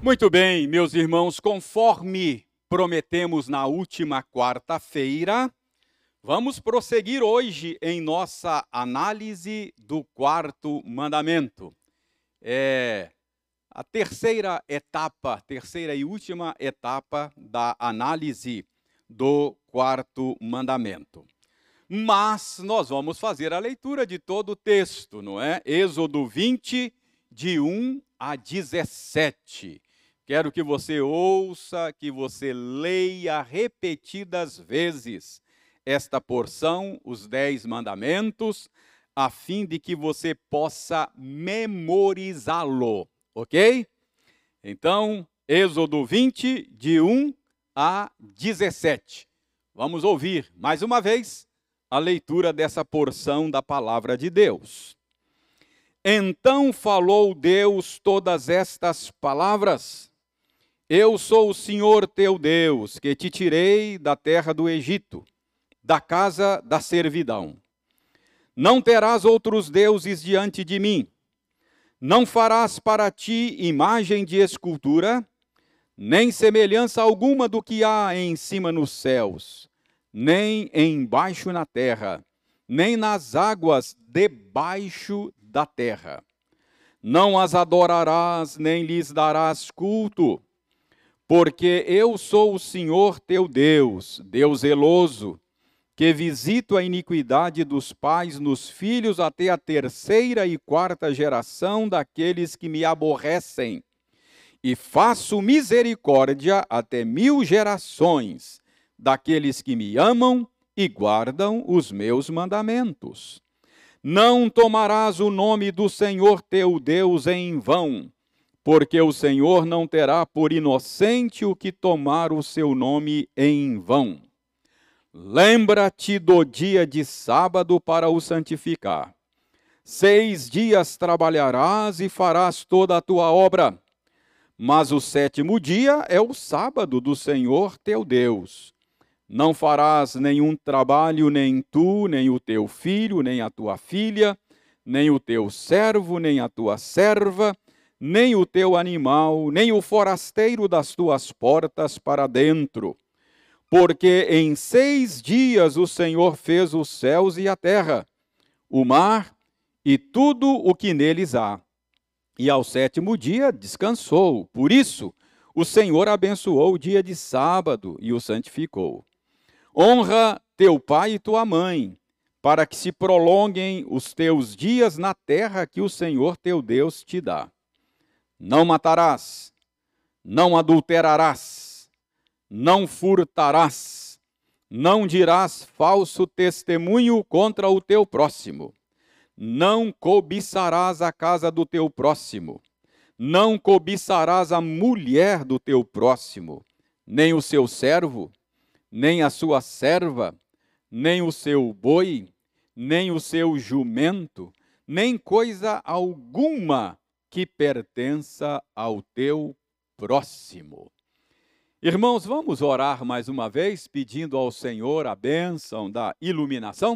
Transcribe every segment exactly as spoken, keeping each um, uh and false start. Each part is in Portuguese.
Muito bem, meus irmãos, conforme prometemos na última quarta-feira, vamos prosseguir hoje em nossa análise do quarto mandamento. É a terceira etapa, terceira e última etapa da análise do quarto mandamento. Mas nós vamos fazer a leitura de todo o texto, não é? Êxodo vinte, de um a dezessete. Quero que você ouça, que você leia repetidas vezes esta porção, os dez mandamentos, a fim de que você possa memorizá-lo, ok? Então, Êxodo vinte, de um a dezessete. Vamos ouvir, mais uma vez, a leitura dessa porção da palavra de Deus. Então falou Deus todas estas palavras: Eu sou o Senhor teu Deus, que te tirei da terra do Egito, da casa da servidão. Não terás outros deuses diante de mim. Não farás para ti imagem de escultura, nem semelhança alguma do que há em cima nos céus, nem embaixo na terra, nem nas águas debaixo da terra. Não as adorarás, nem lhes darás culto, porque eu sou o Senhor teu Deus, Deus zeloso, que visito a iniquidade dos pais nos filhos até a terceira e quarta geração daqueles que me aborrecem, e faço misericórdia até mil gerações daqueles que me amam e guardam os meus mandamentos. Não tomarás o nome do Senhor teu Deus em vão, porque o Senhor não terá por inocente o que tomar o seu nome em vão. Lembra-te do dia de sábado para o santificar. Seis dias trabalharás e farás toda a tua obra, mas o sétimo dia é o sábado do Senhor teu Deus. Não farás nenhum trabalho, nem tu, nem o teu filho, nem a tua filha, nem o teu servo, nem a tua serva, nem o teu animal, nem o forasteiro das tuas portas para dentro. Porque em seis dias o Senhor fez os céus e a terra, o mar e tudo o que neles há. E ao sétimo dia descansou. Por isso, o Senhor abençoou o dia de sábado e o santificou. Honra teu pai e tua mãe, para que se prolonguem os teus dias na terra que o Senhor teu Deus te dá. Não matarás, não adulterarás, não furtarás, não dirás falso testemunho contra o teu próximo, não cobiçarás a casa do teu próximo, não cobiçarás a mulher do teu próximo, nem o seu servo, nem a sua serva, nem o seu boi, nem o seu jumento, nem coisa alguma que pertença ao teu próximo. Irmãos, vamos orar mais uma vez, pedindo ao Senhor a bênção da iluminação?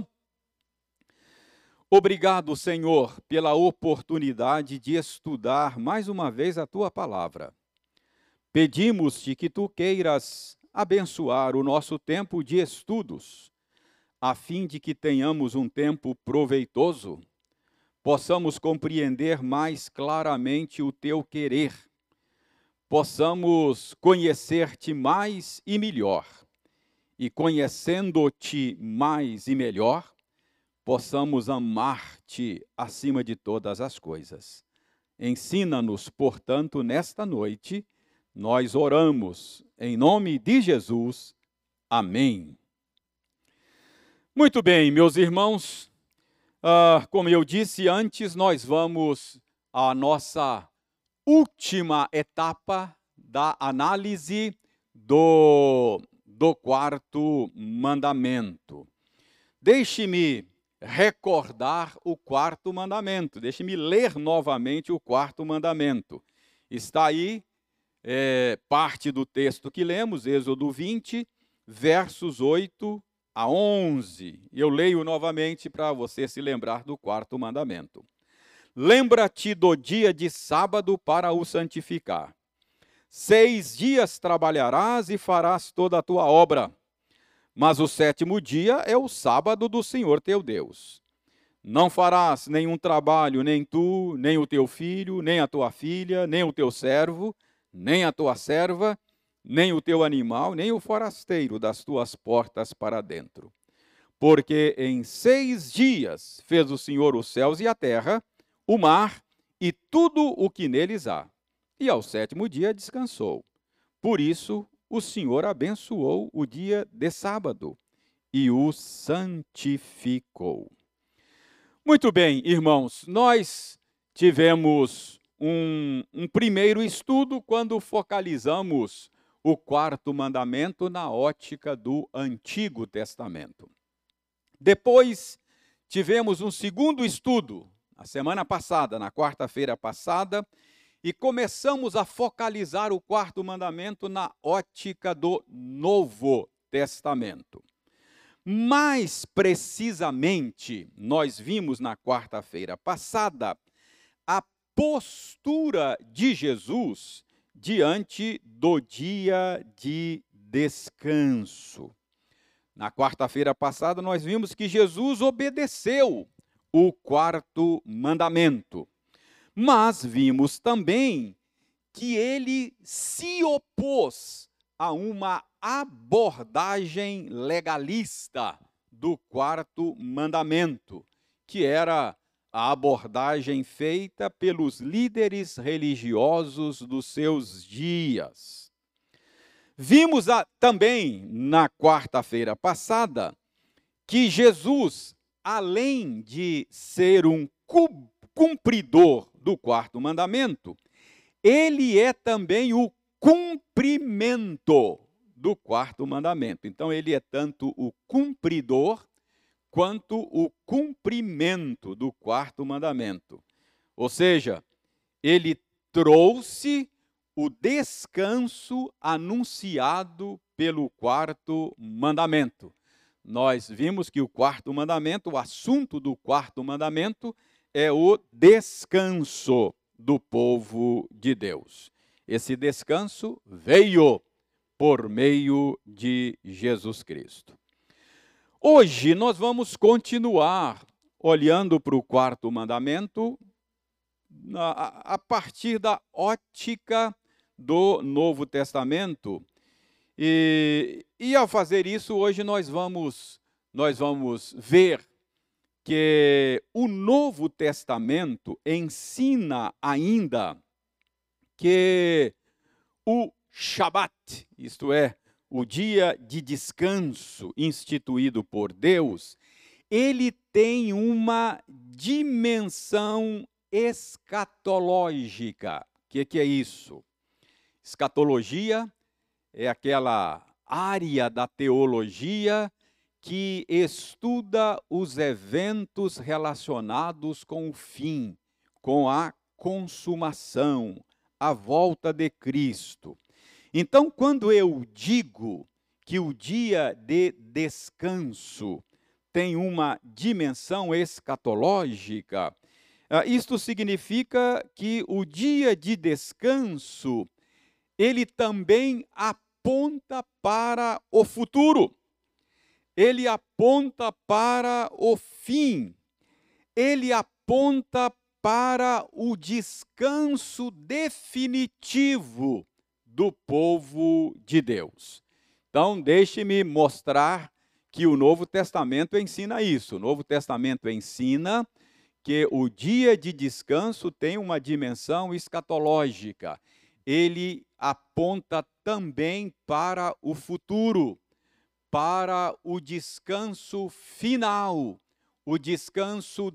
Obrigado, Senhor, pela oportunidade de estudar mais uma vez a Tua palavra. Pedimos-te que Tu queiras abençoar o nosso tempo de estudos, a fim de que tenhamos um tempo proveitoso, possamos compreender mais claramente o Teu querer, possamos conhecer-te mais e melhor, e conhecendo-te mais e melhor, possamos amar-te acima de todas as coisas. Ensina-nos, portanto, nesta noite, nós oramos em nome de Jesus. Amém. Muito bem, meus irmãos, ah, como eu disse antes, nós vamos à nossa última etapa da análise do, do quarto mandamento. Deixe-me recordar o quarto mandamento, deixe-me ler novamente o quarto mandamento. Está aí é, parte do texto que lemos, Êxodo vinte, versos oito a onze. Eu leio novamente para você se lembrar do quarto mandamento. Lembra-te do dia de sábado para o santificar. Seis dias trabalharás e farás toda a tua obra, mas o sétimo dia é o sábado do Senhor teu Deus. Não farás nenhum trabalho, nem tu, nem o teu filho, nem a tua filha, nem o teu servo, nem a tua serva, nem o teu animal, nem o forasteiro das tuas portas para dentro. Porque em seis dias fez o Senhor os céus e a terra, o mar e tudo o que neles há. E ao sétimo dia descansou. Por isso o Senhor abençoou o dia de sábado e o santificou. Muito bem, irmãos, nós tivemos um, um primeiro estudo quando focalizamos o quarto mandamento na ótica do Antigo Testamento. Depois tivemos um segundo estudo, na semana passada, na quarta-feira passada, e começamos a focalizar o quarto mandamento na ótica do Novo Testamento. Mais precisamente, nós vimos na quarta-feira passada a postura de Jesus diante do dia de descanso. Na quarta-feira passada, nós vimos que Jesus obedeceu o quarto mandamento, mas vimos também que ele se opôs a uma abordagem legalista do quarto mandamento, que era a abordagem feita pelos líderes religiosos dos seus dias. Vimos a, também na quarta-feira passada que Jesus, além de ser um cumpridor do quarto mandamento, ele é também o cumprimento do quarto mandamento. Então, ele é tanto o cumpridor quanto o cumprimento do quarto mandamento. Ou seja, ele trouxe o descanso anunciado pelo quarto mandamento. Nós vimos que o quarto mandamento, o assunto do quarto mandamento, é o descanso do povo de Deus. Esse descanso veio por meio de Jesus Cristo. Hoje nós vamos continuar olhando para o quarto mandamento a, a partir da ótica do Novo Testamento. E, e ao fazer isso, hoje nós vamos, nós vamos ver que o Novo Testamento ensina ainda que o Shabat, isto é, o dia de descanso instituído por Deus, ele tem uma dimensão escatológica. O que, que é isso? Escatologia é aquela área da teologia que estuda os eventos relacionados com o fim, com a consumação, a volta de Cristo. Então, quando eu digo que o dia de descanso tem uma dimensão escatológica, isto significa que o dia de descanso, ele também aponta para o futuro. Ele aponta para o fim. Ele aponta para o descanso definitivo do povo de Deus. Então, deixe-me mostrar que o Novo Testamento ensina isso. O Novo Testamento ensina que o dia de descanso tem uma dimensão escatológica. Ele aponta também para o futuro, para o descanso final, o descanso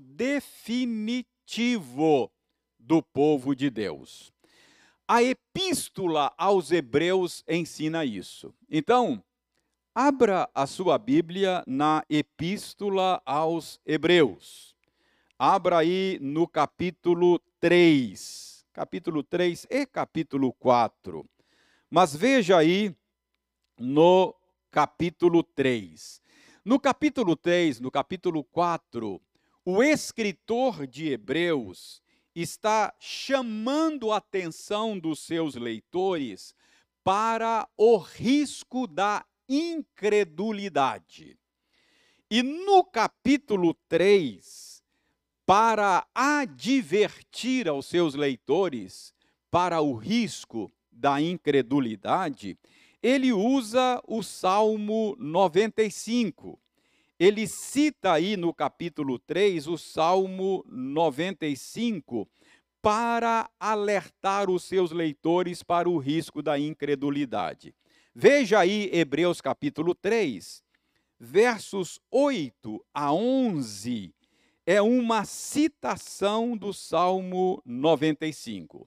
definitivo do povo de Deus. A epístola aos Hebreus ensina isso. Então, abra a sua Bíblia na epístola aos Hebreus. Abra aí no capítulo três, capítulo três e capítulo quatro. Mas veja aí no capítulo três. No capítulo três, no capítulo quatro, o escritor de Hebreus está chamando a atenção dos seus leitores para o risco da incredulidade. E no capítulo três, para advertir aos seus leitores para o risco da incredulidade, ele usa o Salmo noventa e cinco. Ele cita aí no capítulo três o Salmo noventa e cinco para alertar os seus leitores para o risco da incredulidade. Veja aí Hebreus capítulo três, versos oito a onze, é uma citação do Salmo noventa e cinco.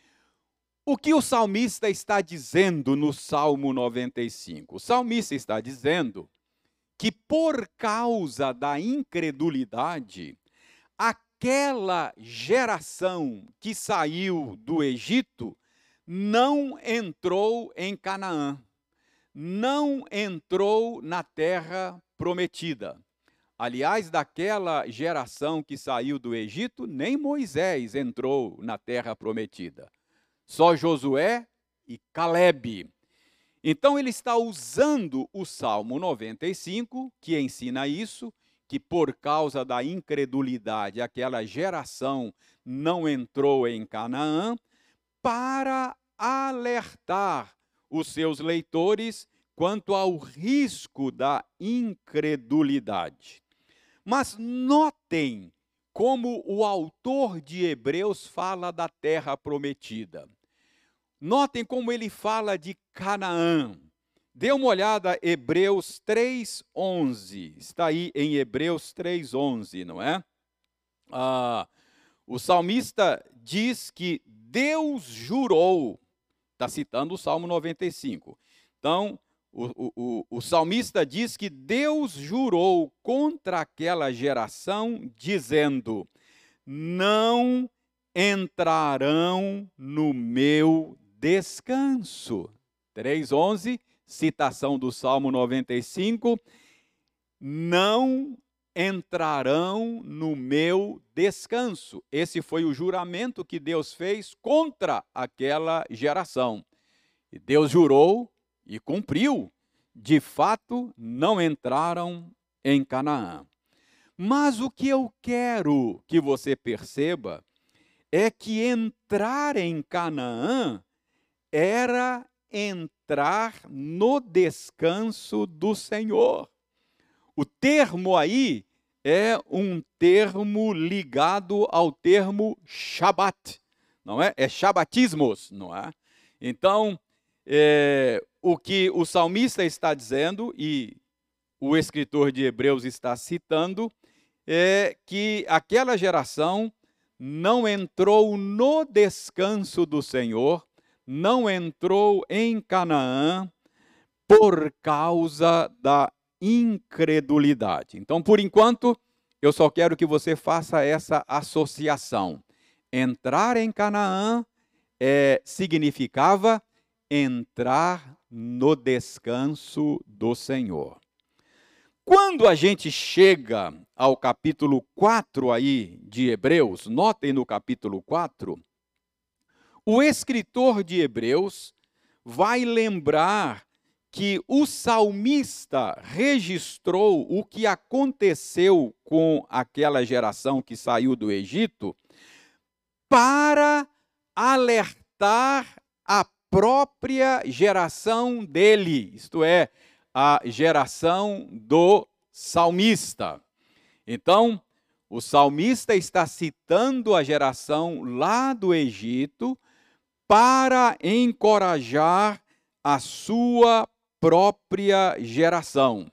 O que o salmista está dizendo no Salmo noventa e cinco? O salmista está dizendo que por causa da incredulidade, aquela geração que saiu do Egito não entrou em Canaã, não entrou na terra prometida. Aliás, daquela geração que saiu do Egito, nem Moisés entrou na terra prometida. Só Josué e Calebe. Então ele está usando o Salmo noventa e cinco, que ensina isso, que por causa da incredulidade aquela geração não entrou em Canaã, para alertar os seus leitores quanto ao risco da incredulidade. Mas notem como o autor de Hebreus fala da terra prometida. Notem como ele fala de Canaã. Dê uma olhada, Hebreus três, onze. Está aí em Hebreus três, onze, não é? Ah, o salmista diz que Deus jurou. Está citando o Salmo noventa e cinco. Então, o, o, o salmista diz que Deus jurou contra aquela geração, dizendo: não entrarão no meu descanso. três, onze, citação do Salmo noventa e cinco. Não entrarão no meu descanso. Esse foi o juramento que Deus fez contra aquela geração. E Deus jurou e cumpriu. De fato, não entraram em Canaã. Mas o que eu quero que você perceba é que entrar em Canaã era entrar no descanso do Senhor. O termo aí é um termo ligado ao termo Shabat, não é? É Shabatismos, não é? Então, é, o que o salmista está dizendo e o escritor de Hebreus está citando é que aquela geração não entrou no descanso do Senhor, não entrou em Canaã por causa da incredulidade. Então, por enquanto, eu só quero que você faça essa associação. Entrar em Canaã é, significava entrar no descanso do Senhor. Quando a gente chega ao capítulo quatro aí de Hebreus, notem no capítulo quatro, o escritor de Hebreus vai lembrar que o salmista registrou o que aconteceu com aquela geração que saiu do Egito para alertar a própria geração dele, isto é, a geração do salmista. Então, o salmista está citando a geração lá do Egito para encorajar a sua própria geração.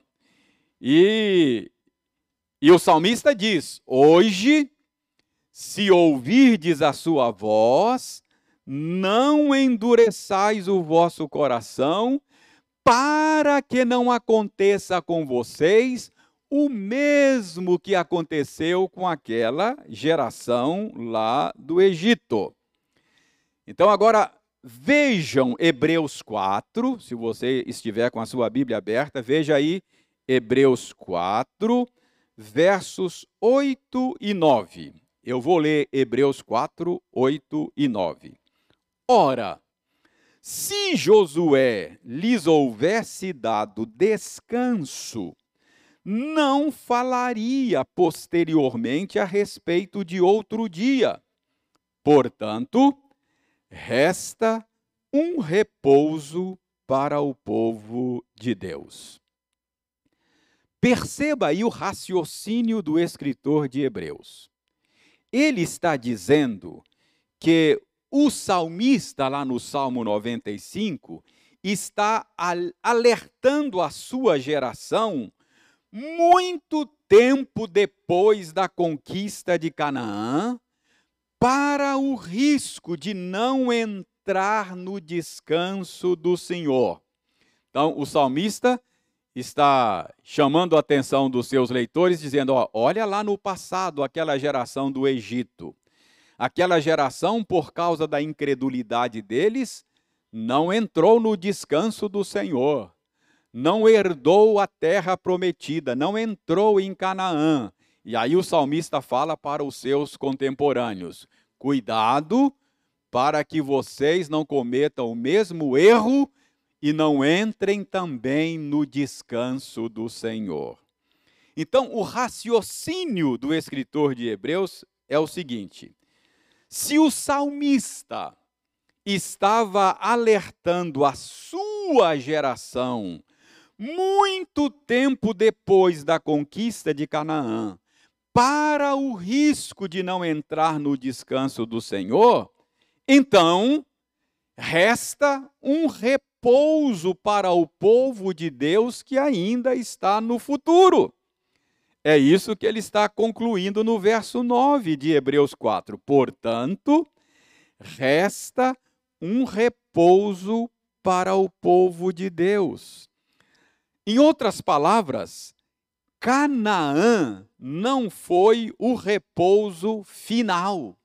E, e o salmista diz: hoje, se ouvirdes a sua voz, não endureçais o vosso coração, para que não aconteça com vocês o mesmo que aconteceu com aquela geração lá do Egito. Então, agora, vejam Hebreus quatro, se você estiver com a sua Bíblia aberta, veja aí Hebreus quatro, versos oito e nove. Eu vou ler Hebreus quatro, oito e nove. Ora, Se Josué lhes houvesse dado descanso, não falaria posteriormente a respeito de outro dia. Portanto, resta um repouso para o povo de Deus. Perceba aí o raciocínio do escritor de Hebreus. Ele está dizendo que o salmista, lá no Salmo noventa e cinco, está alertando a sua geração muito tempo depois da conquista de Canaã, para o risco de não entrar no descanso do Senhor. Então, o salmista está chamando a atenção dos seus leitores, dizendo, ó, olha lá no passado, aquela geração do Egito. Aquela geração, por causa da incredulidade deles, não entrou no descanso do Senhor. Não herdou a terra prometida, não entrou em Canaã. E aí o salmista fala para os seus contemporâneos, cuidado para que vocês não cometam o mesmo erro e não entrem também no descanso do Senhor. Então, o raciocínio do escritor de Hebreus é o seguinte: se o salmista estava alertando a sua geração muito tempo depois da conquista de Canaã, para o risco de não entrar no descanso do Senhor, então resta um repouso para o povo de Deus que ainda está no futuro. É isso que ele está concluindo no verso nove de Hebreus quatro. Portanto, resta um repouso para o povo de Deus. Em outras palavras, Canaã não foi o repouso final.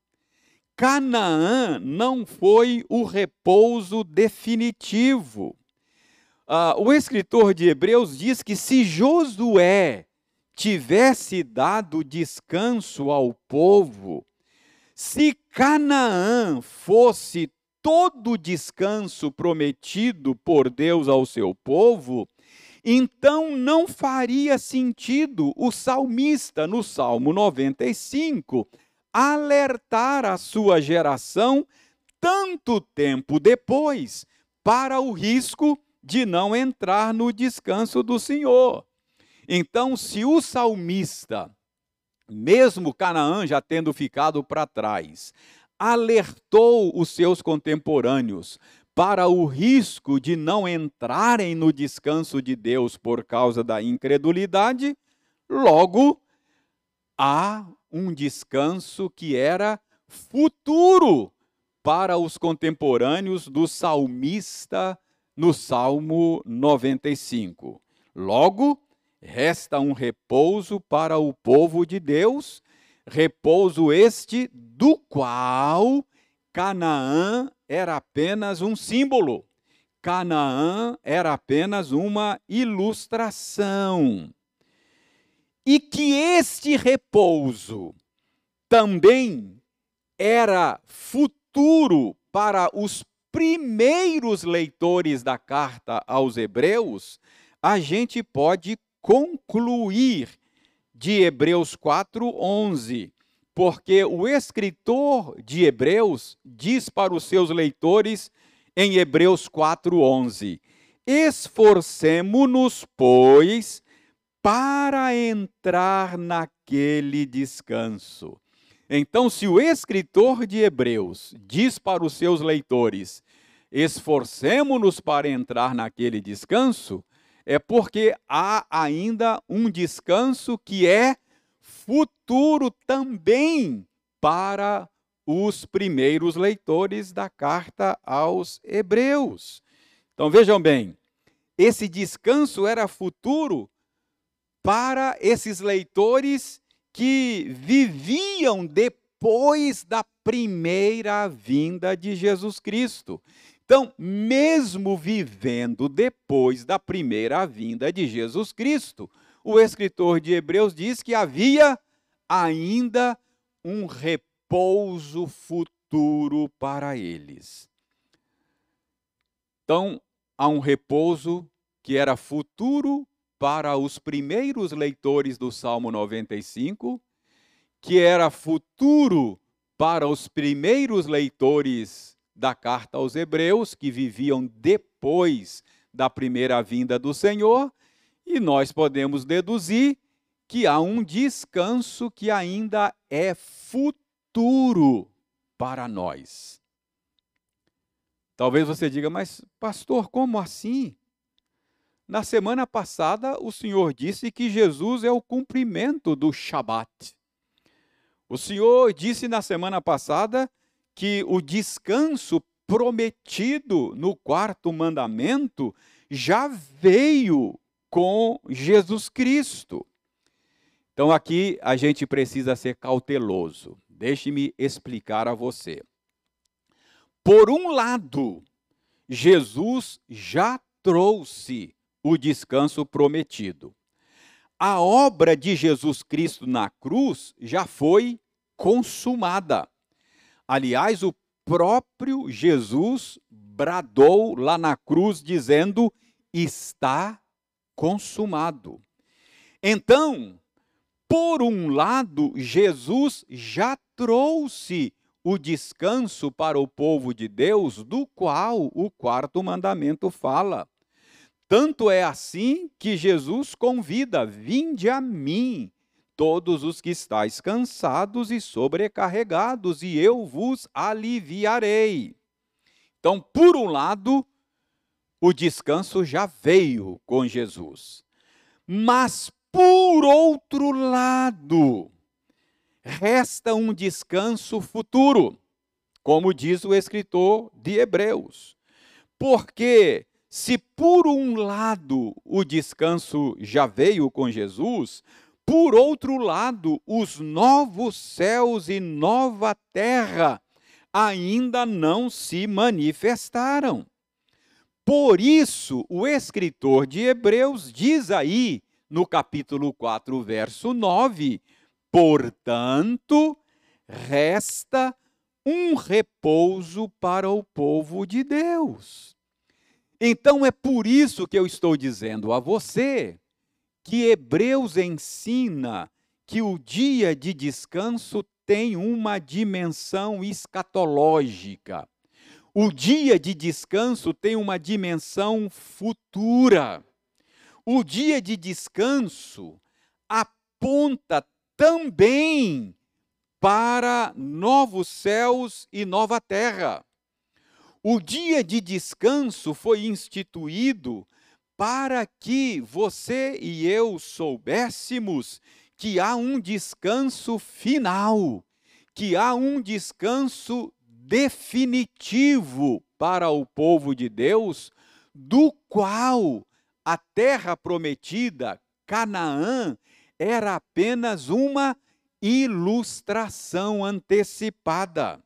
Canaã não foi o repouso definitivo. Ah, o escritor de Hebreus diz que se Josué tivesse dado descanso ao povo, se Canaã fosse todo o descanso prometido por Deus ao seu povo, então não faria sentido o salmista, no Salmo noventa e cinco, alertar a sua geração tanto tempo depois para o risco de não entrar no descanso do Senhor. Então, se o salmista, mesmo Canaã já tendo ficado para trás, alertou os seus contemporâneos para o risco de não entrarem no descanso de Deus por causa da incredulidade, logo há um descanso que era futuro para os contemporâneos do salmista no Salmo noventa e cinco. Logo, resta um repouso para o povo de Deus, repouso este do qual Canaã era apenas um símbolo. Canaã era apenas uma ilustração. E que este repouso também era futuro para os primeiros leitores da carta aos Hebreus, a gente pode concluir de Hebreus quatro, onze. Porque o escritor de Hebreus diz para os seus leitores em Hebreus quatro, onze: esforcemo-nos, pois, para entrar naquele descanso. Então, se o escritor de Hebreus diz para os seus leitores, esforcemo-nos para entrar naquele descanso, é porque há ainda um descanso que é futuro também para os primeiros leitores da carta aos Hebreus. Então vejam bem, esse descanso era futuro para esses leitores que viviam depois da primeira vinda de Jesus Cristo. Então, mesmo vivendo depois da primeira vinda de Jesus Cristo, o escritor de Hebreus diz que havia ainda um repouso futuro para eles. Então, há um repouso que era futuro para os primeiros leitores do Salmo noventa e cinco, que era futuro para os primeiros leitores da carta aos Hebreus, que viviam depois da primeira vinda do Senhor, e nós podemos deduzir que há um descanso que ainda é futuro para nós. Talvez você diga, mas pastor, como assim? Na semana passada, o Senhor disse que Jesus é o cumprimento do Shabat. O Senhor disse na semana passada que o descanso prometido no quarto mandamento já veio com Jesus Cristo. Então aqui a gente precisa ser cauteloso. Deixe-me explicar a você. Por um lado, Jesus já trouxe o descanso prometido. A obra de Jesus Cristo na cruz já foi consumada. Aliás, o próprio Jesus bradou lá na cruz dizendo: está consumado. Então, por um lado, Jesus já trouxe o descanso para o povo de Deus, do qual o quarto mandamento fala. Tanto é assim que Jesus convida: vinde a mim, todos os que estáis cansados e sobrecarregados, e eu vos aliviarei. Então, por um lado, o descanso já veio com Jesus. Mas, por outro lado, resta um descanso futuro, como diz o escritor de Hebreus. Porque se por um lado o descanso já veio com Jesus, por outro lado, os novos céus e nova terra ainda não se manifestaram. Por isso, o escritor de Hebreus diz aí, no capítulo quatro, verso nove, portanto, resta um repouso para o povo de Deus. Então, é por isso que eu estou dizendo a você que Hebreus ensina que o dia de descanso tem uma dimensão escatológica. O dia de descanso tem uma dimensão futura. O dia de descanso aponta também para novos céus e nova terra. O dia de descanso foi instituído para que você e eu soubéssemos que há um descanso final, que há um descanso definitivo para o povo de Deus, do qual a terra prometida, Canaã, era apenas uma ilustração antecipada.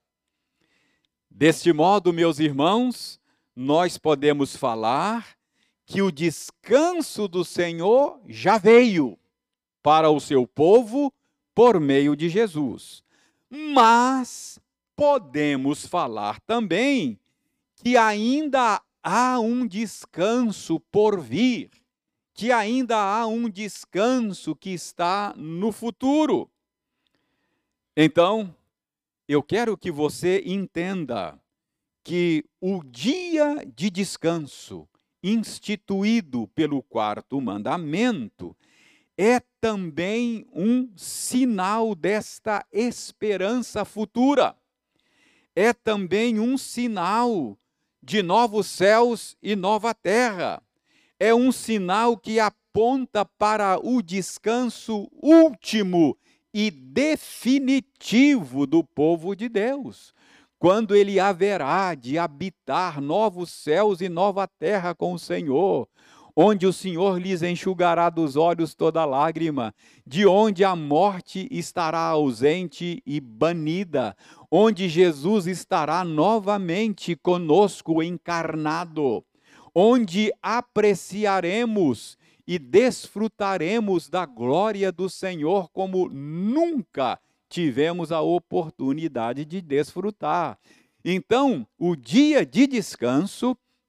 Deste modo, meus irmãos, nós podemos falar que o descanso do Senhor já veio para o seu povo por meio de Jesus. Mas podemos falar também que ainda há um descanso por vir, que ainda há um descanso que está no futuro. Então, eu quero que você entenda que o dia de descanso instituído pelo quarto mandamento é também um sinal desta esperança futura. É também um sinal de novos céus e nova terra. É um sinal que aponta para o descanso último e definitivo do povo de Deus, quando ele haverá de habitar novos céus e nova terra com o Senhor, onde o Senhor lhes enxugará dos olhos toda lágrima, de onde a morte estará ausente e banida, onde Jesus estará novamente conosco encarnado, onde apreciaremos e desfrutaremos da glória do Senhor como nunca tivemos a oportunidade de desfrutar. Então, o dia de descanso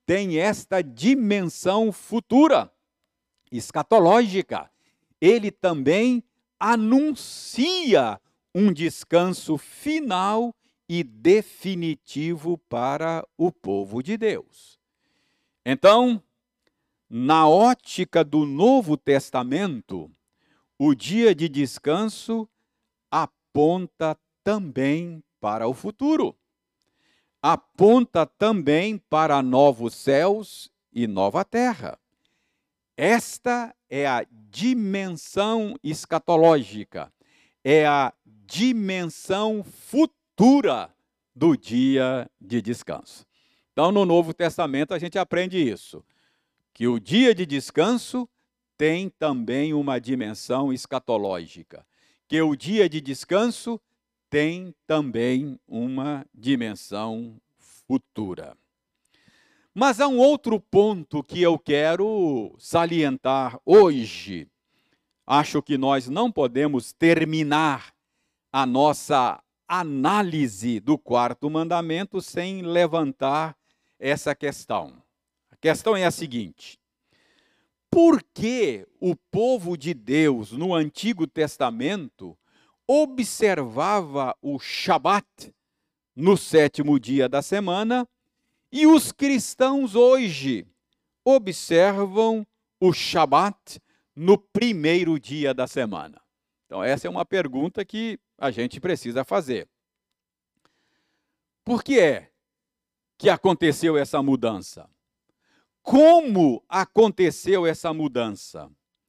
tem esta dimensão futura, escatológica. Ele também anuncia um descanso final e definitivo para o povo de Deus. Então, na ótica do Novo Testamento, o dia de descanso aponta também para o futuro. Aponta também para novos céus e nova terra. Esta é a dimensão escatológica, é a dimensão futura do dia de descanso. Então, no Novo Testamento, a gente aprende isso, que o dia de descanso tem também uma dimensão escatológica, que o dia de descanso tem também uma dimensão futura. Mas há um outro ponto que eu quero salientar hoje. Acho que nós não podemos terminar a nossa análise do quarto mandamento sem levantar essa questão. A questão é a seguinte: por que o povo de Deus no Antigo Testamento observava o Shabat no sétimo dia da semana e os cristãos hoje observam o Shabat no primeiro dia da semana? Então, essa é uma pergunta que a gente precisa fazer. Por que é que aconteceu essa mudança? Como aconteceu essa mudança?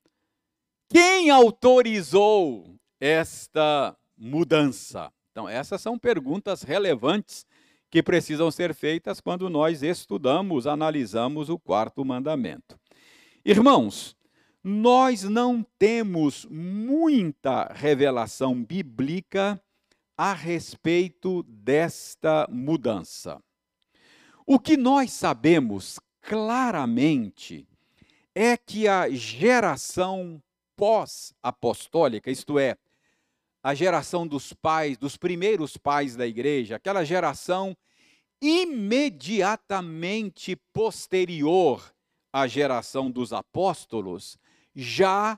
Quem autorizou esta mudança? Então, essas são perguntas relevantes que precisam ser feitas quando nós estudamos, analisamos o quarto mandamento. Irmãos, nós não temos muita revelação bíblica a respeito desta mudança. O que nós sabemos claramente é que a geração pós-apostólica, isto é, a geração dos pais, dos primeiros pais da igreja, aquela geração imediatamente posterior à geração dos apóstolos, já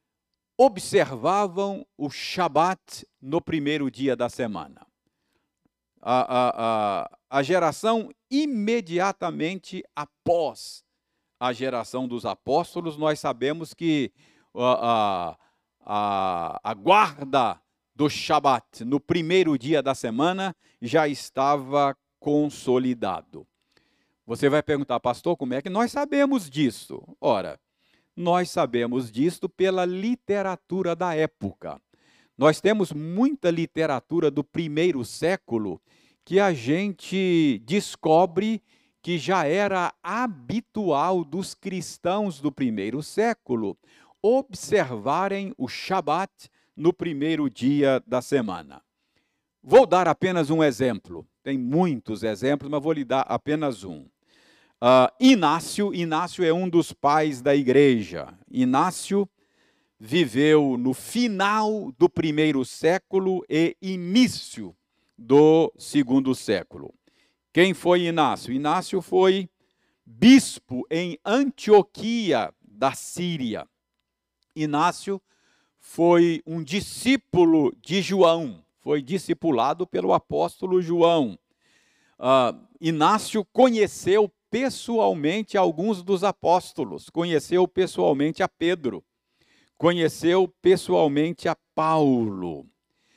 observavam o Shabat no primeiro dia da semana. A, a, a, a geração imediatamente após a geração dos apóstolos, nós sabemos que a, a, a guarda do Shabat no primeiro dia da semana já estava consolidado. Você vai perguntar, pastor, como é que nós sabemos disso? Ora, nós sabemos disso pela literatura da época. Nós temos muita literatura do primeiro século que a gente descobre que já era habitual dos cristãos do primeiro século observarem o Shabat no primeiro dia da semana. Vou dar apenas um exemplo. Tem muitos exemplos, mas vou lhe dar apenas um. Uh, Inácio, Inácio é um dos pais da igreja. Inácio viveu no final do primeiro século e início do segundo século. Quem foi Inácio? Inácio foi bispo em Antioquia da Síria. Inácio foi um discípulo de João, foi discipulado pelo apóstolo João. Uh, Inácio conheceu pessoalmente alguns dos apóstolos, conheceu pessoalmente a Pedro, conheceu pessoalmente a Paulo.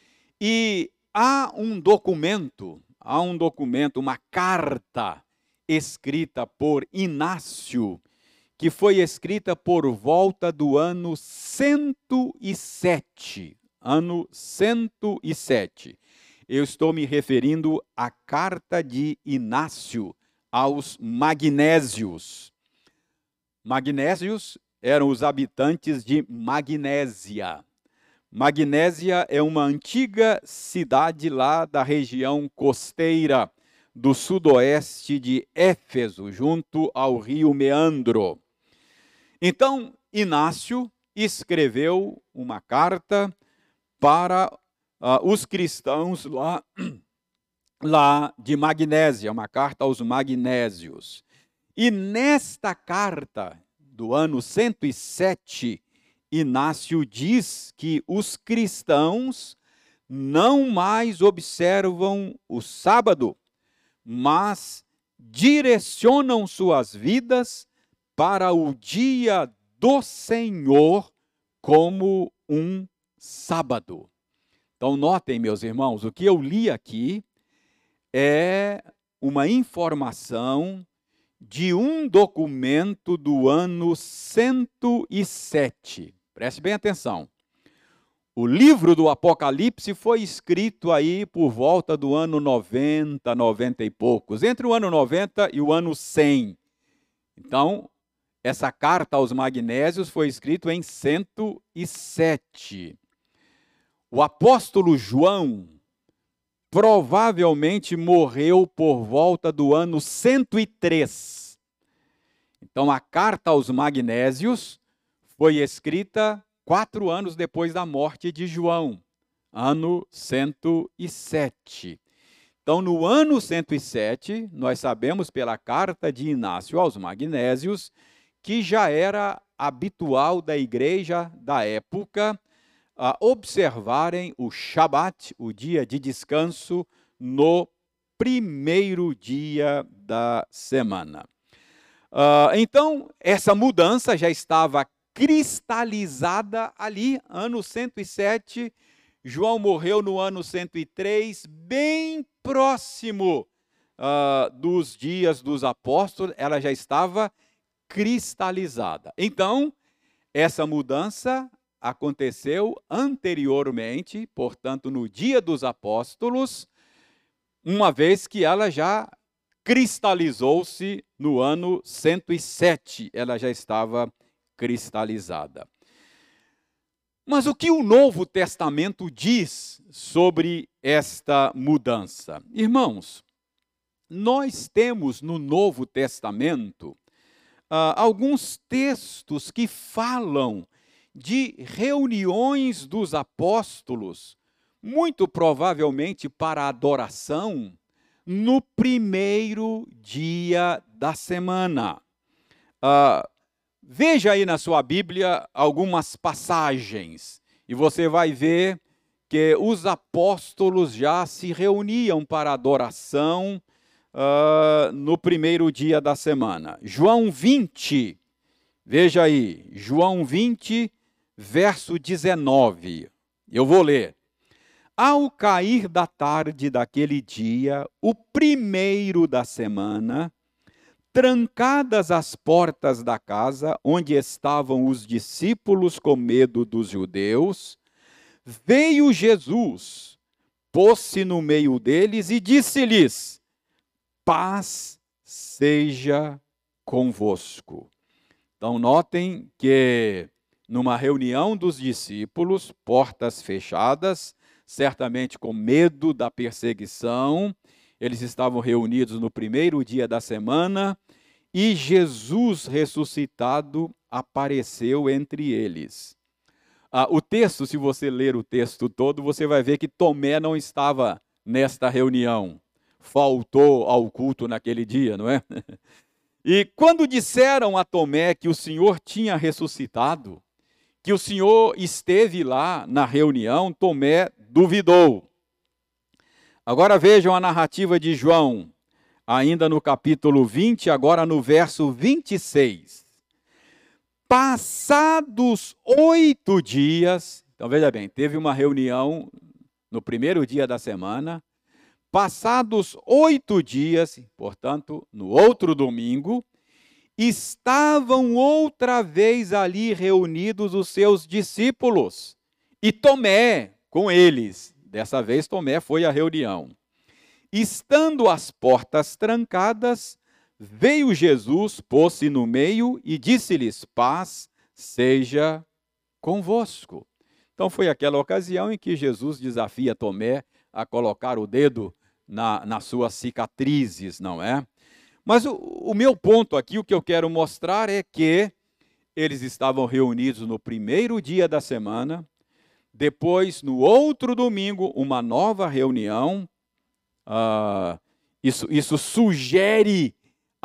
E há um documento, há um documento, uma carta escrita por Inácio, que foi escrita por volta do ano cento e sete. Ano cento e sete. Eu estou me referindo à carta de Inácio aos magnésios. Magnésios eram os habitantes de Magnésia. Magnésia é uma antiga cidade lá da região costeira do sudoeste de Éfeso, junto ao rio Meandro. Então, Inácio escreveu uma carta para uh, os cristãos lá, lá de Magnésia, uma carta aos magnésios. E nesta carta do ano cento e sete, Inácio diz que os cristãos não mais observam o sábado, mas direcionam suas vidas para o dia do Senhor como um sábado. Então, notem, meus irmãos, o que eu li aqui é uma informação de um documento do ano cento e sete. Preste bem atenção. O livro do Apocalipse foi escrito aí por volta do ano noventa, noventa e poucos, entre o ano noventa e o ano cem. Então, essa carta aos magnésios foi escrita em cento e sete. O apóstolo João provavelmente morreu por volta do ano cento e três. Então, a carta aos magnésios foi escrita quatro anos depois da morte de João, ano cento e sete. Então, no ano cento e sete, nós sabemos pela carta de Inácio aos magnésios que já era habitual da igreja da época a observarem o Shabat, o dia de descanso, no primeiro dia da semana. Uh, então, essa mudança já estava cristalizada ali, ano cento e sete, João morreu no ano cento e três, bem próximo uh, dos dias dos apóstolos, ela já estava cristalizada. Então, essa mudança aconteceu anteriormente, portanto, no dia dos apóstolos, uma vez que ela já cristalizou-se no ano cento e sete, ela já estava cristalizada. Mas o que o Novo Testamento diz sobre esta mudança? Irmãos, nós temos no Novo Testamento uh, alguns textos que falam de reuniões dos apóstolos, muito provavelmente para adoração, no primeiro dia da semana. Uh, veja aí na sua Bíblia algumas passagens, e você vai ver que os apóstolos já se reuniam para adoração uh, no primeiro dia da semana. João vinte, veja aí, João vinte, verso dezenove, eu vou ler. Ao cair da tarde daquele dia, o primeiro da semana, trancadas as portas da casa, onde estavam os discípulos com medo dos judeus, veio Jesus, pôs-se no meio deles e disse-lhes: paz seja convosco. Então, notem que numa reunião dos discípulos, portas fechadas, certamente com medo da perseguição, eles estavam reunidos no primeiro dia da semana e Jesus ressuscitado apareceu entre eles. Ah, o texto, se você ler o texto todo, você vai ver que Tomé não estava nesta reunião, faltou ao culto naquele dia, não é? E quando disseram a Tomé que o Senhor tinha ressuscitado, que o Senhor esteve lá na reunião, Tomé duvidou. Agora vejam a narrativa de João, ainda no capítulo vinte, agora no verso vinte e seis. Passados oito dias, então veja bem, teve uma reunião no primeiro dia da semana, passados oito dias, portanto, no outro domingo, estavam outra vez ali reunidos os seus discípulos, e Tomé com eles. Dessa vez Tomé foi à reunião. Estando as portas trancadas, veio Jesus, pôs-se no meio e disse-lhes: paz seja convosco. Então foi aquela ocasião em que Jesus desafia Tomé a colocar o dedo na, nas suas cicatrizes, não é? Mas o, o meu ponto aqui, o que eu quero mostrar é que eles estavam reunidos no primeiro dia da semana, depois, no outro domingo, uma nova reunião. Uh, isso, isso sugere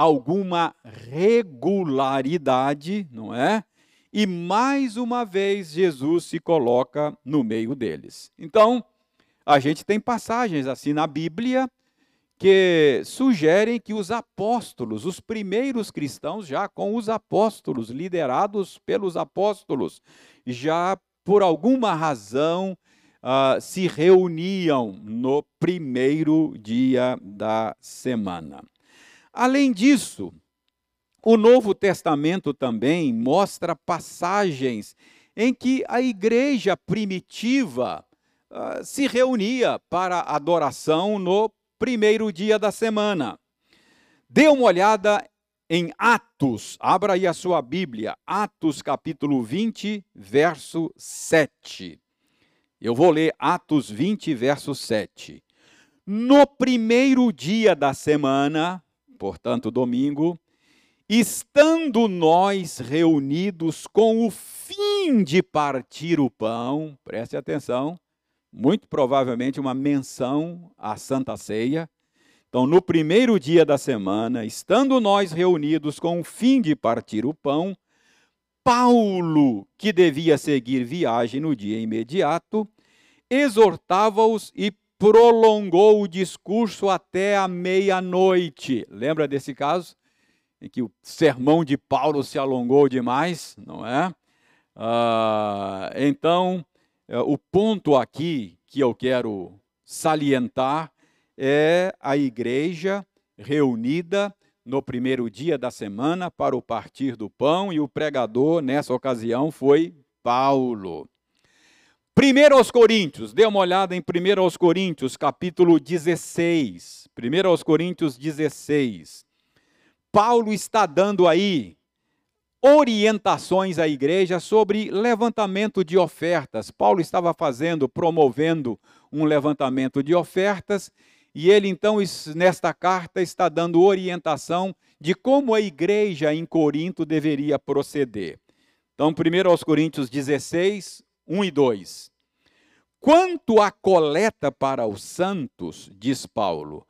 alguma regularidade, não é? E mais uma vez Jesus se coloca no meio deles. Então, a gente tem passagens assim na Bíblia que sugerem que os apóstolos, os primeiros cristãos, já com os apóstolos, liderados pelos apóstolos, já por alguma razão uh, se reuniam no primeiro dia da semana. Além disso, o Novo Testamento também mostra passagens em que a igreja primitiva uh, se reunia para adoração no primeiro dia da semana. Dê uma olhada em Atos, abra aí a sua Bíblia, Atos capítulo vinte, verso sete. Eu vou ler Atos vinte, verso sete. No primeiro dia da semana, portanto domingo, estando nós reunidos com o fim de partir o pão, preste atenção, muito provavelmente uma menção à Santa Ceia. Então, no primeiro dia da semana, estando nós reunidos com o fim de partir o pão, Paulo, que devia seguir viagem no dia imediato, exortava-os e prolongou o discurso até a meia-noite. Lembra desse caso? Em que o sermão de Paulo se alongou demais, não é? Ah, então, o ponto aqui que eu quero salientar é a igreja reunida no primeiro dia da semana para o partir do pão, e o pregador nessa ocasião foi Paulo. Primeiro aos Coríntios, dê uma olhada em primeiro aos Coríntios, capítulo dezesseis. primeiro aos Coríntios dezesseis. Paulo está dando aí orientações à igreja sobre levantamento de ofertas. Paulo estava fazendo, promovendo um levantamento de ofertas, e ele então, nesta carta, está dando orientação de como a igreja em Corinto deveria proceder. Então, primeiro aos Coríntios dezesseis, um e dois. Quanto à coleta para os santos, diz Paulo,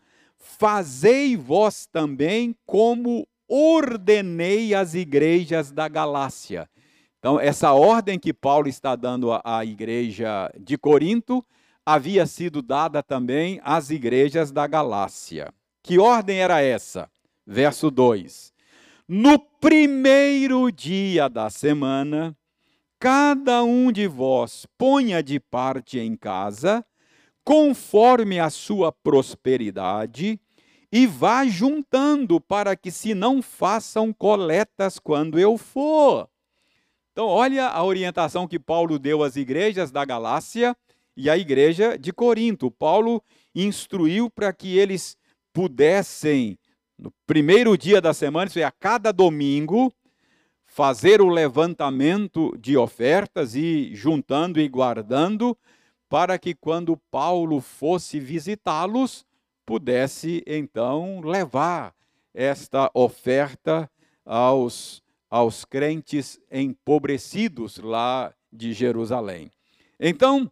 fazei vós também como ordenei às igrejas da Galácia. Então, essa ordem que Paulo está dando à, à igreja de Corinto havia sido dada também às igrejas da Galácia. Que ordem era essa? Verso dois. No primeiro dia da semana, cada um de vós ponha de parte em casa, conforme a sua prosperidade, e vá juntando, para que se não façam coletas quando eu for. Então, olha a orientação que Paulo deu às igrejas da Galácia e à igreja de Corinto. Paulo instruiu para que eles pudessem, no primeiro dia da semana, isso é, a cada domingo, fazer o levantamento de ofertas e juntando e guardando, para que quando Paulo fosse visitá-los, pudesse, então, levar esta oferta aos, aos crentes empobrecidos lá de Jerusalém. Então,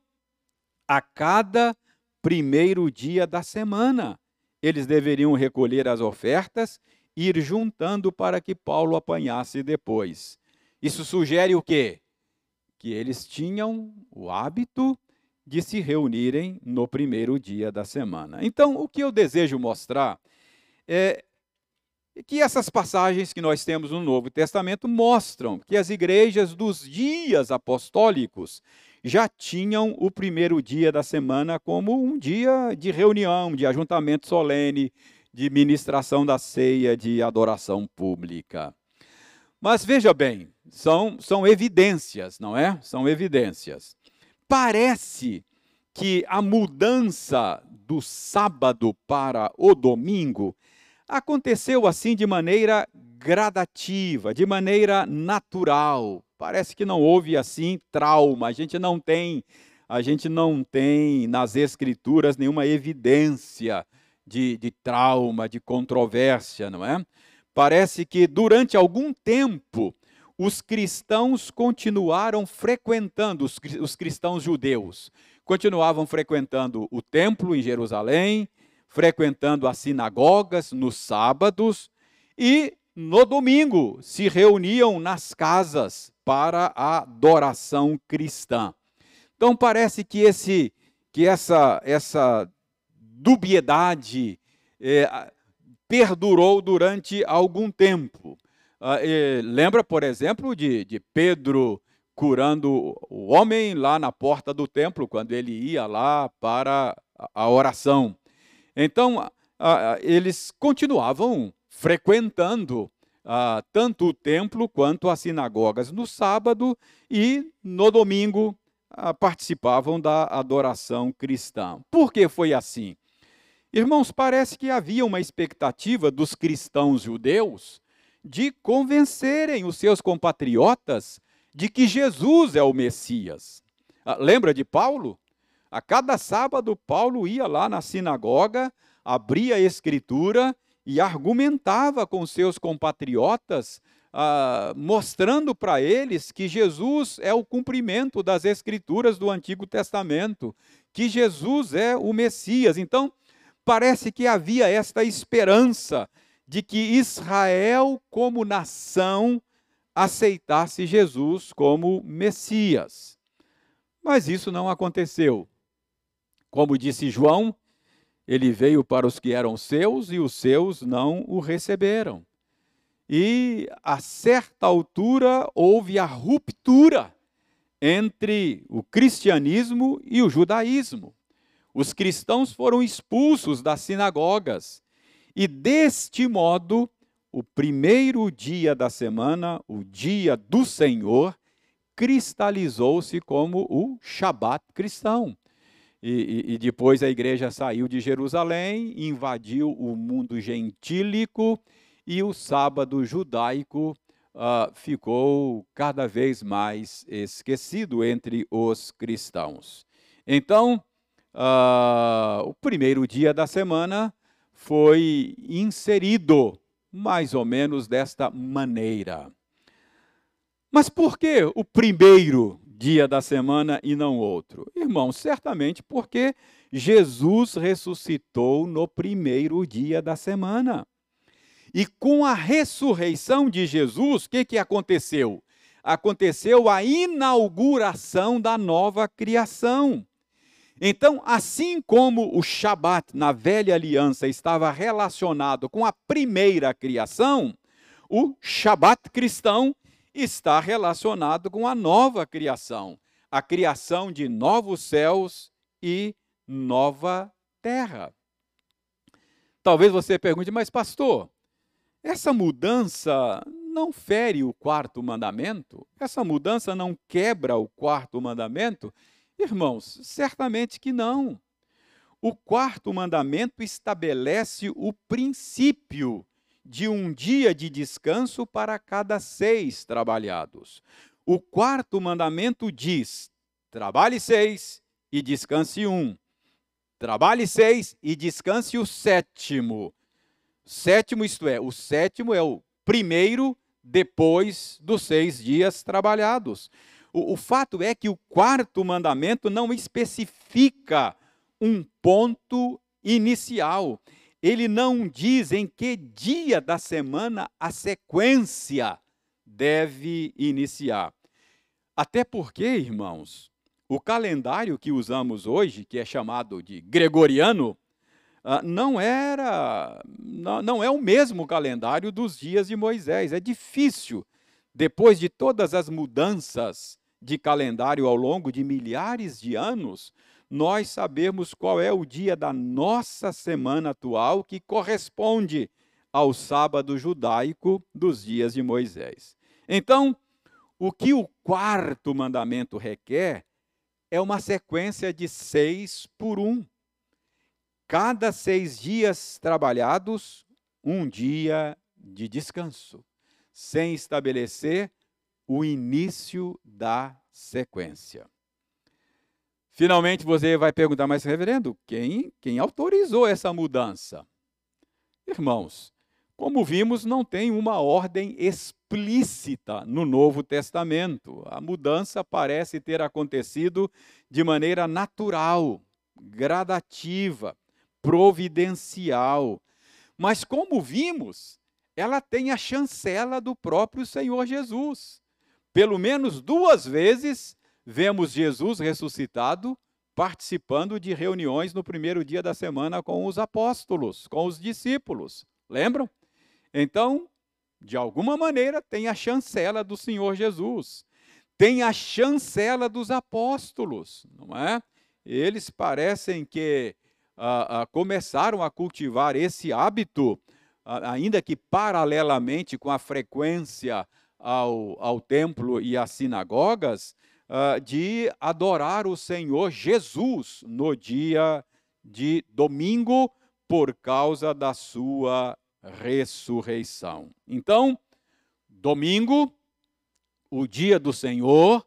a cada primeiro dia da semana, eles deveriam recolher as ofertas e ir juntando para que Paulo apanhasse depois. Isso sugere o quê? Que eles tinham o hábito de se reunirem no primeiro dia da semana. Então, o que eu desejo mostrar é que essas passagens que nós temos no Novo Testamento mostram que as igrejas dos dias apostólicos já tinham o primeiro dia da semana como um dia de reunião, de ajuntamento solene, de ministração da ceia, de adoração pública. Mas veja bem, são, são evidências, não é? São evidências. Parece que a mudança do sábado para o domingo aconteceu assim de maneira gradativa, de maneira natural. Parece que não houve assim trauma. A gente não tem, a gente não tem nas escrituras nenhuma evidência de, de trauma, de controvérsia, não é? Parece que durante algum tempo os cristãos continuaram frequentando, os, os cristãos judeus, continuavam frequentando o templo em Jerusalém, frequentando as sinagogas nos sábados, e no domingo se reuniam nas casas para a adoração cristã. Então parece que, esse, que essa, essa dubiedade é, perdurou durante algum tempo. Ah, lembra, por exemplo, de, de Pedro curando o homem lá na porta do templo, quando ele ia lá para a oração. Então, ah, eles continuavam frequentando ah, tanto o templo quanto as sinagogas no sábado e no domingo ah, participavam da adoração cristã. Por que foi assim? Irmãos, parece que havia uma expectativa dos cristãos judeus de convencerem os seus compatriotas de que Jesus é o Messias. Ah, lembra de Paulo? A cada sábado, Paulo ia lá na sinagoga, abria a Escritura e argumentava com seus compatriotas, ah, mostrando para eles que Jesus é o cumprimento das Escrituras do Antigo Testamento, que Jesus é o Messias. Então, parece que havia esta esperança de que Israel, como nação, aceitasse Jesus como Messias. Mas isso não aconteceu. Como disse João, ele veio para os que eram seus e os seus não o receberam. E a certa altura houve a ruptura entre o cristianismo e o judaísmo. Os cristãos foram expulsos das sinagogas e, deste modo, o primeiro dia da semana, o dia do Senhor, cristalizou-se como o Shabat cristão. E, e, e depois a igreja saiu de Jerusalém, invadiu o mundo gentílico e o sábado judaico uh, ficou cada vez mais esquecido entre os cristãos. Então, uh, o primeiro dia da semana foi inserido mais ou menos desta maneira. Mas por que o primeiro dia da semana e não outro? Irmãos, certamente porque Jesus ressuscitou no primeiro dia da semana. E com a ressurreição de Jesus, o que, que aconteceu? Aconteceu a inauguração da nova criação. Então, assim como o Shabat na velha aliança estava relacionado com a primeira criação, o Shabat cristão está relacionado com a nova criação, a criação de novos céus e nova terra. Talvez você pergunte, mas pastor, essa mudança não fere o quarto mandamento? Essa mudança não quebra o quarto mandamento? Irmãos, certamente que não. O quarto mandamento estabelece o princípio de um dia de descanso para cada seis trabalhados. O quarto mandamento diz: trabalhe seis e descanse um. Trabalhe seis e descanse o sétimo. Sétimo, isto é, o sétimo é o primeiro depois dos seis dias trabalhados. O, o fato é que o quarto mandamento não especifica um ponto inicial. Ele não diz em que dia da semana a sequência deve iniciar. Até porque, irmãos, o calendário que usamos hoje, que é chamado de gregoriano, não era, não é o mesmo calendário dos dias de Moisés. É difícil, depois de todas as mudanças de calendário ao longo de milhares de anos, nós sabemos qual é o dia da nossa semana atual que corresponde ao sábado judaico dos dias de Moisés. Então, o que o quarto mandamento requer é uma sequência de seis por um. Cada seis dias trabalhados, um dia de descanso, sem estabelecer o início da sequência. Finalmente você vai perguntar, mas reverendo, quem, quem autorizou essa mudança? Irmãos, como vimos, não tem uma ordem explícita no Novo Testamento. A mudança parece ter acontecido de maneira natural, gradativa, providencial. Mas como vimos, ela tem a chancela do próprio Senhor Jesus. Pelo menos duas vezes vemos Jesus ressuscitado participando de reuniões no primeiro dia da semana com os apóstolos, com os discípulos. Lembram? Então, de alguma maneira, tem a chancela do Senhor Jesus. Tem a chancela dos apóstolos, não é? Eles parecem que ah, ah, começaram a cultivar esse hábito, ah, ainda que paralelamente com a frequência ao, ao templo e às sinagogas, ah, de adorar o Senhor Jesus no dia de domingo, por causa da sua ressurreição. Então, domingo, o dia do Senhor,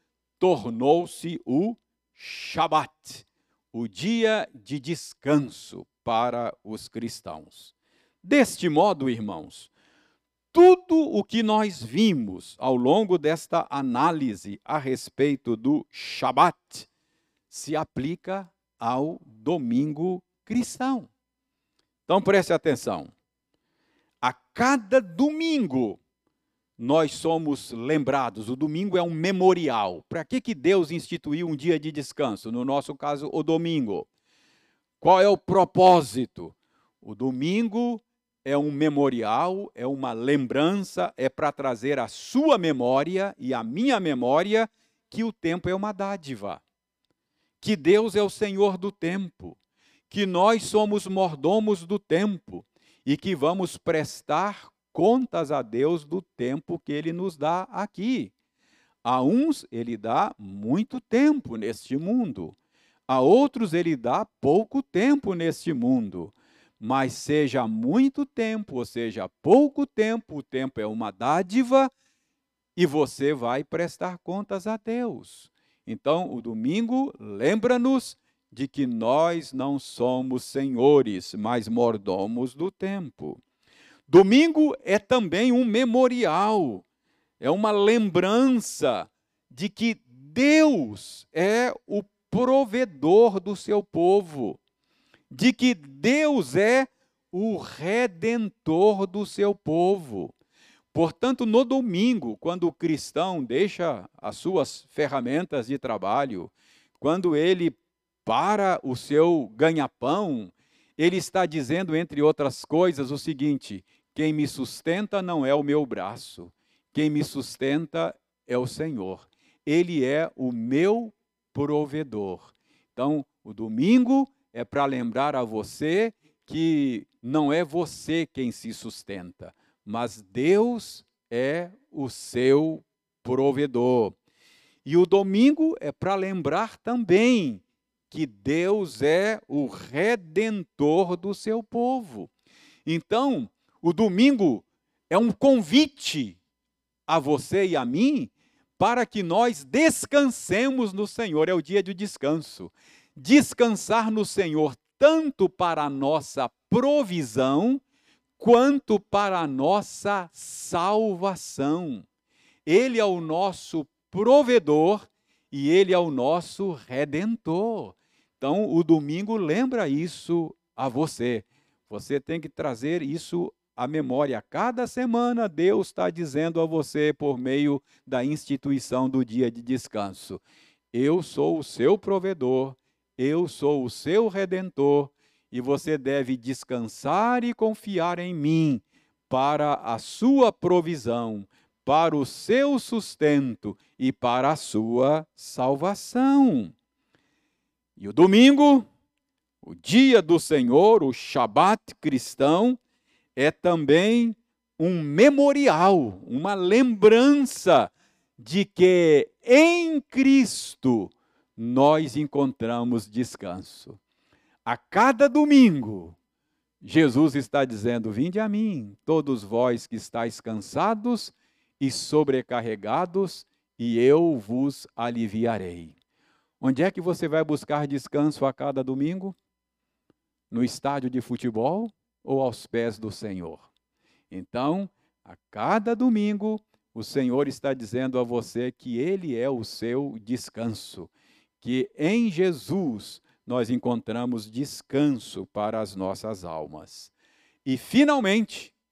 tornou-se o Shabat, o dia de descanso para os cristãos. Deste modo, irmãos, tudo o que nós vimos ao longo desta análise a respeito do Shabat se aplica ao domingo cristão. Então preste atenção. A cada domingo nós somos lembrados. O domingo é um memorial. Para que que Deus instituiu um dia de descanso? No nosso caso, o domingo. Qual é o propósito? O domingo é um memorial, é uma lembrança, é para trazer à sua memória e à minha memória que o tempo é uma dádiva, que Deus é o Senhor do tempo, que nós somos mordomos do tempo e que vamos prestar contas a Deus do tempo que Ele nos dá aqui. A uns Ele dá muito tempo neste mundo, a outros Ele dá pouco tempo neste mundo. Mas seja muito tempo, ou seja pouco tempo, o tempo é uma dádiva e você vai prestar contas a Deus. Então, o domingo lembra-nos de que nós não somos senhores, mas mordomos do tempo. Domingo é também um memorial, é uma lembrança de que Deus é o provedor do seu povo, de que Deus é o redentor do seu povo. Portanto, no domingo, quando o cristão deixa as suas ferramentas de trabalho, quando ele para o seu ganha-pão, ele está dizendo, entre outras coisas, o seguinte: quem me sustenta não é o meu braço, quem me sustenta é o Senhor. Ele é o meu provedor. Então, o domingo é para lembrar a você que não é você quem se sustenta, mas Deus é o seu provedor. E o domingo é para lembrar também que Deus é o redentor do seu povo. Então, o domingo é um convite a você e a mim para que nós descansemos no Senhor. É o dia de descanso. Descansar no Senhor tanto para a nossa provisão, quanto para a nossa salvação. Ele é o nosso provedor e Ele é o nosso redentor. Então, o domingo lembra isso a você. Você tem que trazer isso à memória. Cada semana, Deus está dizendo a você, por meio da instituição do dia de descanso: eu sou o seu provedor, eu sou o seu redentor, e você deve descansar e confiar em mim para a sua provisão, para o seu sustento e para a sua salvação. E o domingo, o dia do Senhor, o Shabat cristão, é também um memorial, uma lembrança de que em Cristo nós encontramos descanso. A cada domingo, Jesus está dizendo: vinde a mim, todos vós que estáis cansados e sobrecarregados, e eu vos aliviarei. Onde é que você vai buscar descanso a cada domingo? No estádio de futebol ou aos pés do Senhor? Então, a cada domingo, o Senhor está dizendo a você que Ele é o seu descanso, que em Jesus nós encontramos descanso para as nossas almas. E, finalmente,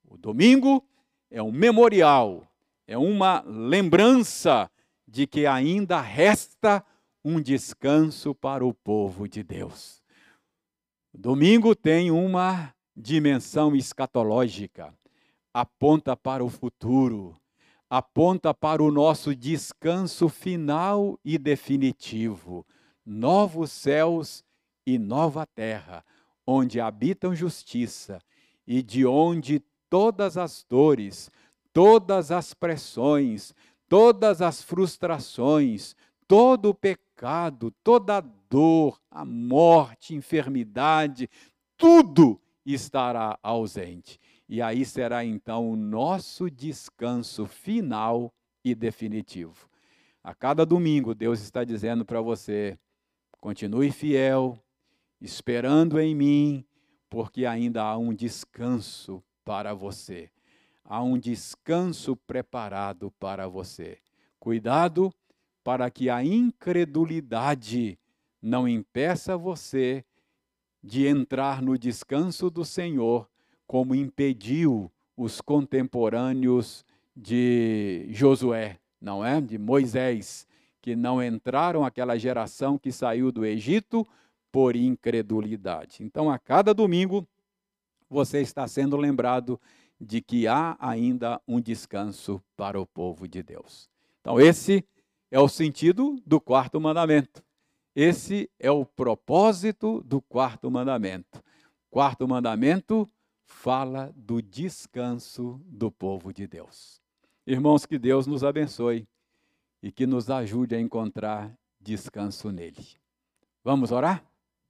O domingo é um memorial, é uma lembrança de que ainda resta um descanso para o povo de Deus. O domingo tem uma dimensão escatológica, aponta para o futuro, aponta para o nosso descanso final e definitivo, novos céus e nova terra, onde habitam justiça e de onde todas as dores, todas as pressões, todas as frustrações, todo o pecado, toda a dor, a morte, enfermidade, tudo estará ausente. E aí será então o nosso descanso final e definitivo. A cada domingo, Deus está dizendo para você: continue fiel, esperando em mim, porque ainda há um descanso para você. Há um descanso preparado para você. Cuidado para que a incredulidade não impeça você de entrar no descanso do Senhor, como impediu os contemporâneos de Josué, não é? De Moisés, que não entraram, aquela geração que saiu do Egito por incredulidade. Então, a cada domingo, você está sendo lembrado de que há ainda um descanso para o povo de Deus. Então, esse é o sentido do quarto mandamento. Esse é o propósito do quarto mandamento. Quarto mandamento fala do descanso do povo de Deus. Irmãos, que Deus nos abençoe e que nos ajude a encontrar descanso nele. Vamos orar?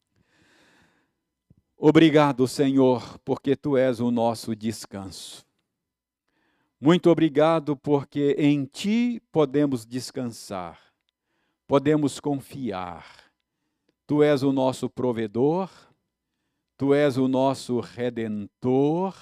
Obrigado, Senhor, porque Tu és o nosso descanso. Muito obrigado porque em Ti podemos descansar, podemos confiar. Tu és o nosso provedor, Tu és o nosso redentor,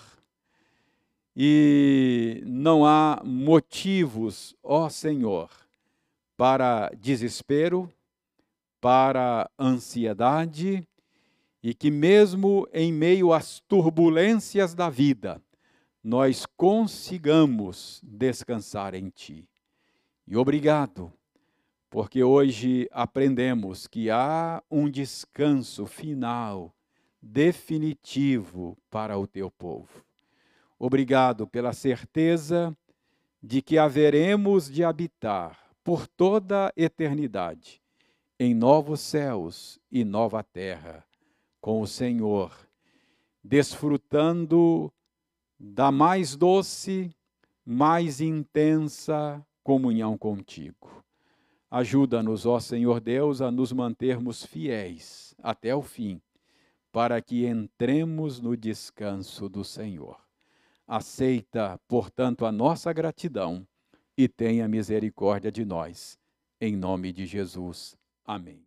e não há motivos, ó Senhor, para desespero, para ansiedade, e que mesmo em meio às turbulências da vida, nós consigamos descansar em Ti. E obrigado, porque hoje aprendemos que há um descanso final, definitivo para o Teu povo. Obrigado pela certeza de que haveremos de habitar por toda a eternidade em novos céus e nova terra com o Senhor, desfrutando da mais doce, mais intensa comunhão contigo. Ajuda-nos, ó Senhor Deus, a nos mantermos fiéis até o fim, para que entremos no descanso do Senhor. Aceita, portanto, a nossa gratidão e tenha misericórdia de nós. Em nome de Jesus. Amém.